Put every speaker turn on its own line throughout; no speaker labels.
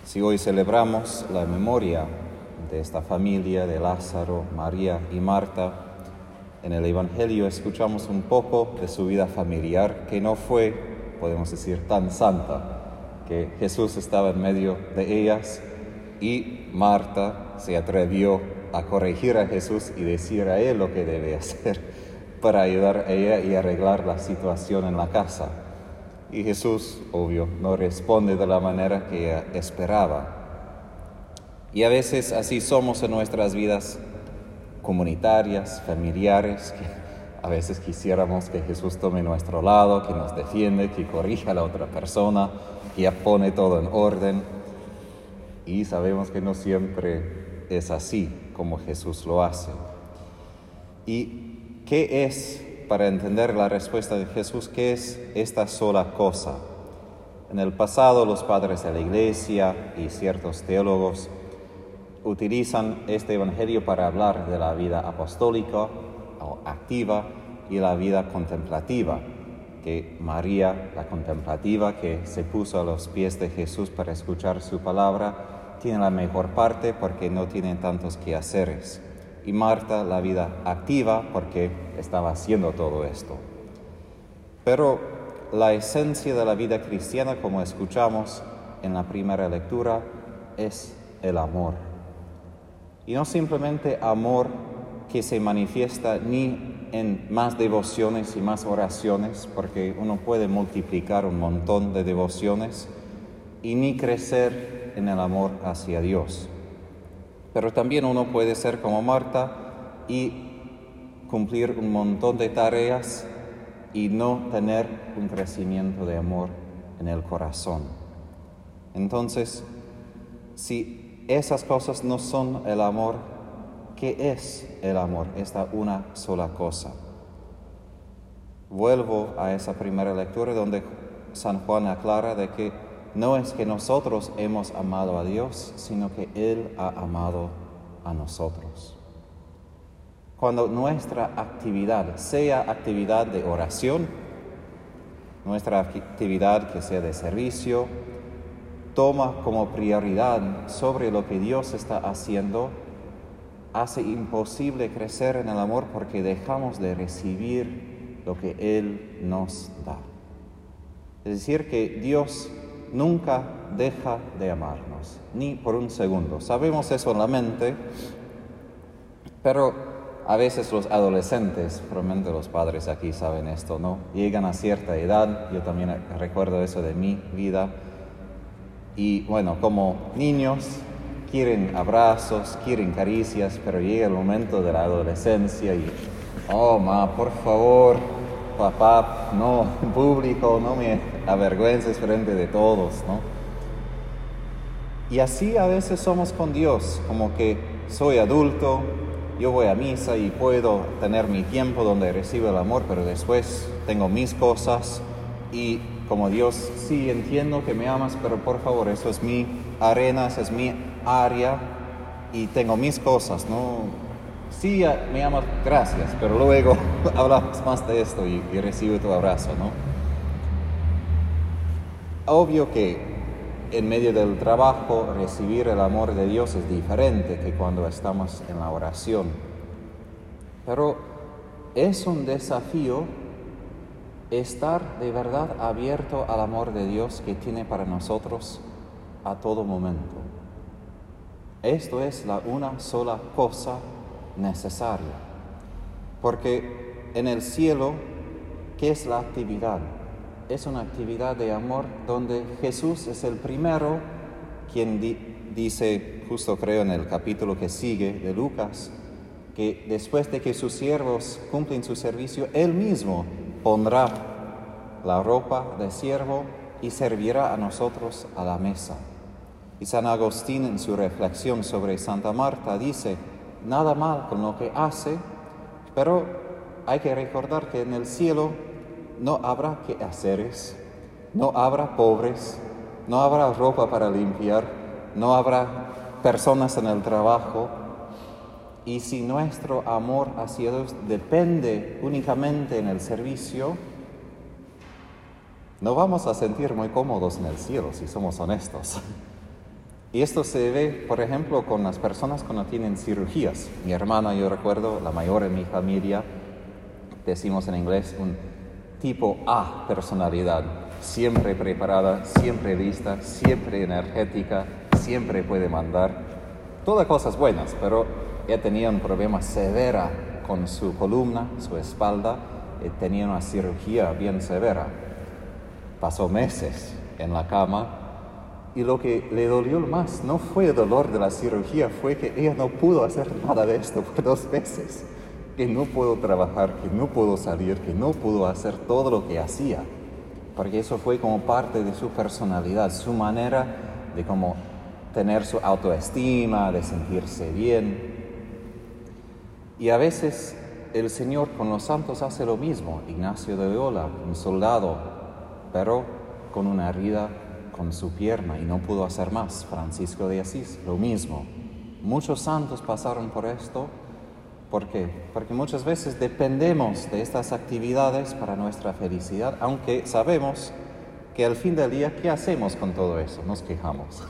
Si hoy celebramos la memoria de esta familia de Lázaro, María y Marta, en el Evangelio escuchamos un poco de su vida familiar que no fue, podemos decir, tan santa, que Jesús estaba en medio de ellas y Marta se atrevió a corregir a Jesús y decir a él lo que debe hacer para ayudar a ella y arreglar la situación en la casa. Y Jesús, obvio, no responde de la manera que ella esperaba. Y a veces así somos en nuestras vidas comunitarias, familiares, que a veces quisiéramos que Jesús tome nuestro lado, que nos defiende, que corrija a la otra persona, que ya pone todo en orden. Y sabemos que no siempre es así como Jesús lo hace. ¿Y qué es, para entender la respuesta de Jesús, qué es esta sola cosa? En el pasado los padres de la Iglesia y ciertos teólogos utilizan este evangelio para hablar de la vida apostólica o activa y la vida contemplativa, que María, la contemplativa, que se puso a los pies de Jesús para escuchar su palabra, tiene la mejor parte porque no tiene tantos quehaceres. Y Marta, la vida activa, porque estaba haciendo todo esto. Pero la esencia de la vida cristiana, como escuchamos en la primera lectura, es el amor. Y no simplemente amor que se manifiesta ni en más devociones y más oraciones, porque uno puede multiplicar un montón de devociones, y ni crecer en el amor hacia Dios. Pero también uno puede ser como Marta y cumplir un montón de tareas y no tener un crecimiento de amor en el corazón. Entonces, si esas cosas no son el amor, ¿qué es el amor? Esta una sola cosa. Vuelvo a esa primera lectura donde San Juan aclara de que no es que nosotros hemos amado a Dios, sino que Él ha amado a nosotros. Cuando nuestra actividad sea actividad de oración, nuestra actividad que sea de servicio, toma como prioridad sobre lo que Dios está haciendo, hace imposible crecer en el amor porque dejamos de recibir lo que Él nos da. Es decir, que Dios nunca deja de amarnos, ni por un segundo. Sabemos eso en la mente, pero a veces los adolescentes, probablemente los padres aquí saben esto, ¿no? Llegan a cierta edad, yo también recuerdo eso de mi vida, y bueno, como niños quieren abrazos, quieren caricias, pero llega el momento de la adolescencia y, oh, por favor, papá, no, en público, no me avergüences frente de todos, ¿no? Y así a veces somos con Dios, como que soy adulto, yo voy a misa y puedo tener mi tiempo donde recibo el amor, pero después tengo mis cosas y como Dios, sí entiendo que me amas, pero por favor, eso es mi arena, esa es mi área y tengo mis cosas, ¿no? Sí, me amas, gracias, pero luego hablamos más de esto y recibo tu abrazo, ¿no? Obvio que en medio del trabajo recibir el amor de Dios es diferente que cuando estamos en la oración. Pero es un desafío estar de verdad abierto al amor de Dios que tiene para nosotros a todo momento. Esto es la una sola cosa necesaria. Porque en el cielo, ¿qué es la actividad? Es una actividad de amor donde Jesús es el primero quien dice, justo creo en el capítulo que sigue de Lucas, que después de que sus siervos cumplen su servicio, Él mismo pondrá la ropa de siervo y servirá a nosotros a la mesa. Y San Agustín en su reflexión sobre Santa Marta dice, nada mal con lo que hace, pero hay que recordar que en el cielo no habrá quehaceres, no habrá pobres, no habrá ropa para limpiar, no habrá personas en el trabajo. Y si nuestro amor hacia Dios depende únicamente en el servicio, no vamos a sentir muy cómodos en el cielo, si somos honestos. Y esto se ve, por ejemplo, con las personas cuando tienen cirugías. Mi hermana, yo recuerdo, la mayor en mi familia, decimos en inglés, un tipo A personalidad, siempre preparada, siempre lista, siempre energética, siempre puede mandar. Todas cosas buenas, pero ella tenía un problema severo con su columna, su espalda, tenía una cirugía bien severa. Pasó meses en la cama y lo que le dolió más no fue el dolor de la cirugía, fue que ella no pudo hacer nada de esto por 2 meses. Que no pudo trabajar, que no pudo salir, que no pudo hacer todo lo que hacía. Porque eso fue como parte de su personalidad, su manera de como tener su autoestima, de sentirse bien. Y a veces el Señor con los santos hace lo mismo. Ignacio de Loyola, un soldado, pero con una herida con su pierna y no pudo hacer más. Francisco de Asís, lo mismo. Muchos santos pasaron por esto. ¿Por qué? Porque muchas veces dependemos de estas actividades para nuestra felicidad, aunque sabemos que al fin del día, ¿qué hacemos con todo eso? Nos quejamos.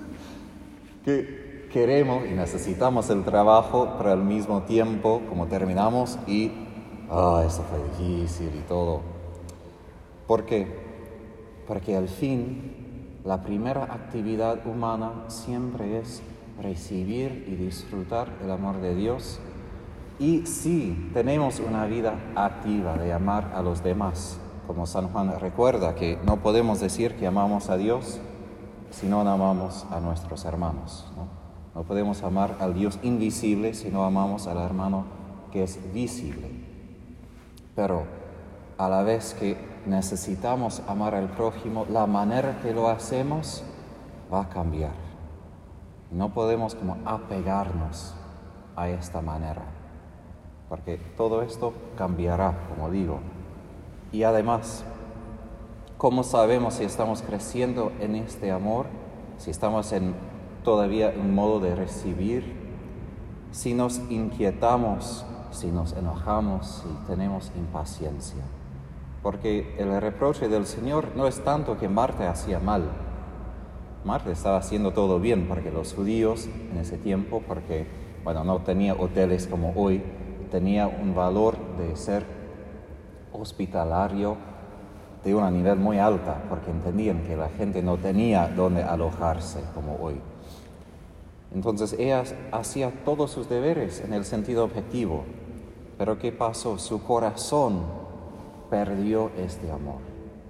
Que queremos y necesitamos el trabajo, pero al mismo tiempo, como terminamos y, esto fue difícil y todo. ¿Por qué? Porque al fin, la primera actividad humana siempre es recibir y disfrutar el amor de Dios. Y sí, tenemos una vida activa de amar a los demás. Como San Juan recuerda que no podemos decir que amamos a Dios si no amamos a nuestros hermanos, ¿no? No podemos amar al Dios invisible si no amamos al hermano que es visible. Pero a la vez que necesitamos amar al prójimo, la manera que lo hacemos va a cambiar. No podemos como apegarnos a esta manera, porque todo esto cambiará, como digo. Y además, ¿cómo sabemos si estamos creciendo en este amor? Si estamos todavía en modo de recibir, si nos inquietamos, si nos enojamos, si tenemos impaciencia. Porque el reproche del Señor no es tanto que Marta hacía mal. Marta estaba haciendo todo bien, porque los judíos en ese tiempo, no tenía hoteles como hoy, tenía un valor de ser hospitalario de un nivel muy alto, porque entendían que la gente no tenía donde alojarse como hoy. Entonces ella hacía todos sus deberes en el sentido objetivo, pero ¿qué pasó? Su corazón perdió este amor,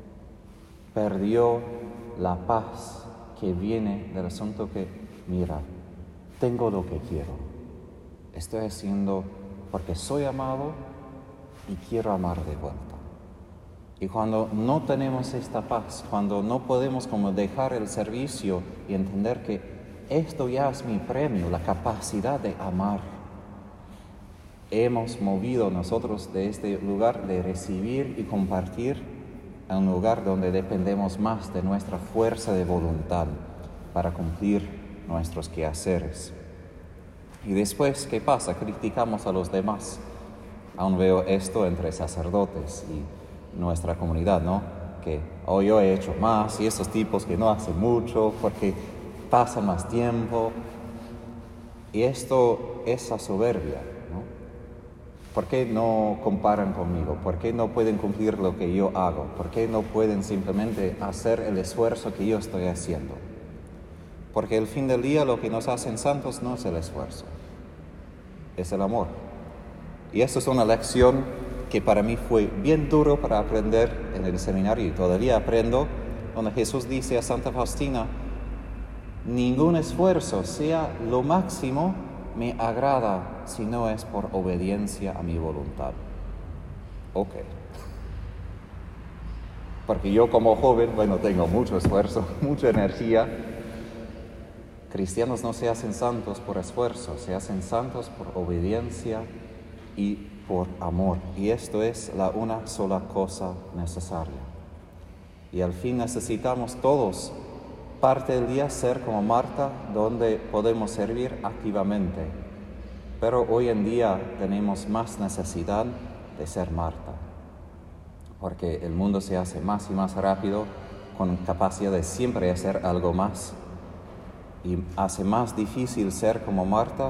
perdió la paz que viene del asunto que, mira, tengo lo que quiero, estoy haciendo porque soy amado y quiero amar de vuelta. Y cuando no tenemos esta paz, cuando no podemos como dejar el servicio y entender que esto ya es mi premio, la capacidad de amar, hemos movido nosotros de este lugar de recibir y compartir a un lugar donde dependemos más de nuestra fuerza de voluntad para cumplir nuestros quehaceres. Y después, ¿qué pasa? Criticamos a los demás. Aún veo esto entre sacerdotes y nuestra comunidad, ¿no? Que yo he hecho más y esos tipos que no hacen mucho porque pasan más tiempo. Y esto es la soberbia, ¿no? ¿Por qué no comparan conmigo? ¿Por qué no pueden cumplir lo que yo hago? ¿Por qué no pueden simplemente hacer el esfuerzo que yo estoy haciendo? Porque al fin del día lo que nos hacen santos no es el esfuerzo, es el amor. Y esto es una lección que para mí fue bien duro para aprender en el seminario y todavía aprendo, donde Jesús dice a Santa Faustina, ningún esfuerzo, sea lo máximo, me agrada si no es por obediencia a mi voluntad. Ok. Porque yo como joven, tengo mucho esfuerzo, mucha energía. Cristianos no se hacen santos por esfuerzo, se hacen santos por obediencia y por amor. Y esto es la una sola cosa necesaria. Y al fin necesitamos todos, parte del día, ser como Marta, donde podemos servir activamente. Pero hoy en día tenemos más necesidad de ser Marta, porque el mundo se hace más y más rápido, con capacidad de siempre hacer algo más. y hace más difícil ser como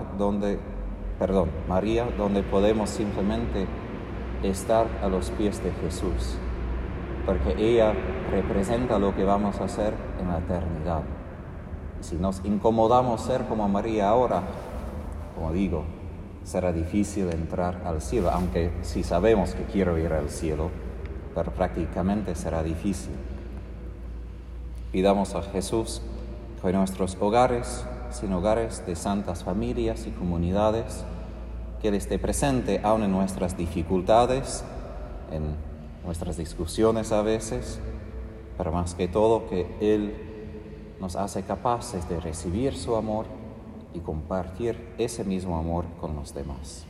María, donde podemos simplemente estar a los pies de Jesús, porque ella representa lo que vamos a hacer en la eternidad. Y si nos incomodamos ser como María ahora, como digo, será difícil entrar al cielo, aunque sí sabemos que quiero ir al cielo, pero prácticamente será difícil. Pidamos a Jesús que en nuestros hogares, sin hogares de santas familias y comunidades, que Él esté presente aún en nuestras dificultades, en nuestras discusiones a veces, pero más que todo que Él nos hace capaces de recibir su amor y compartir ese mismo amor con los demás.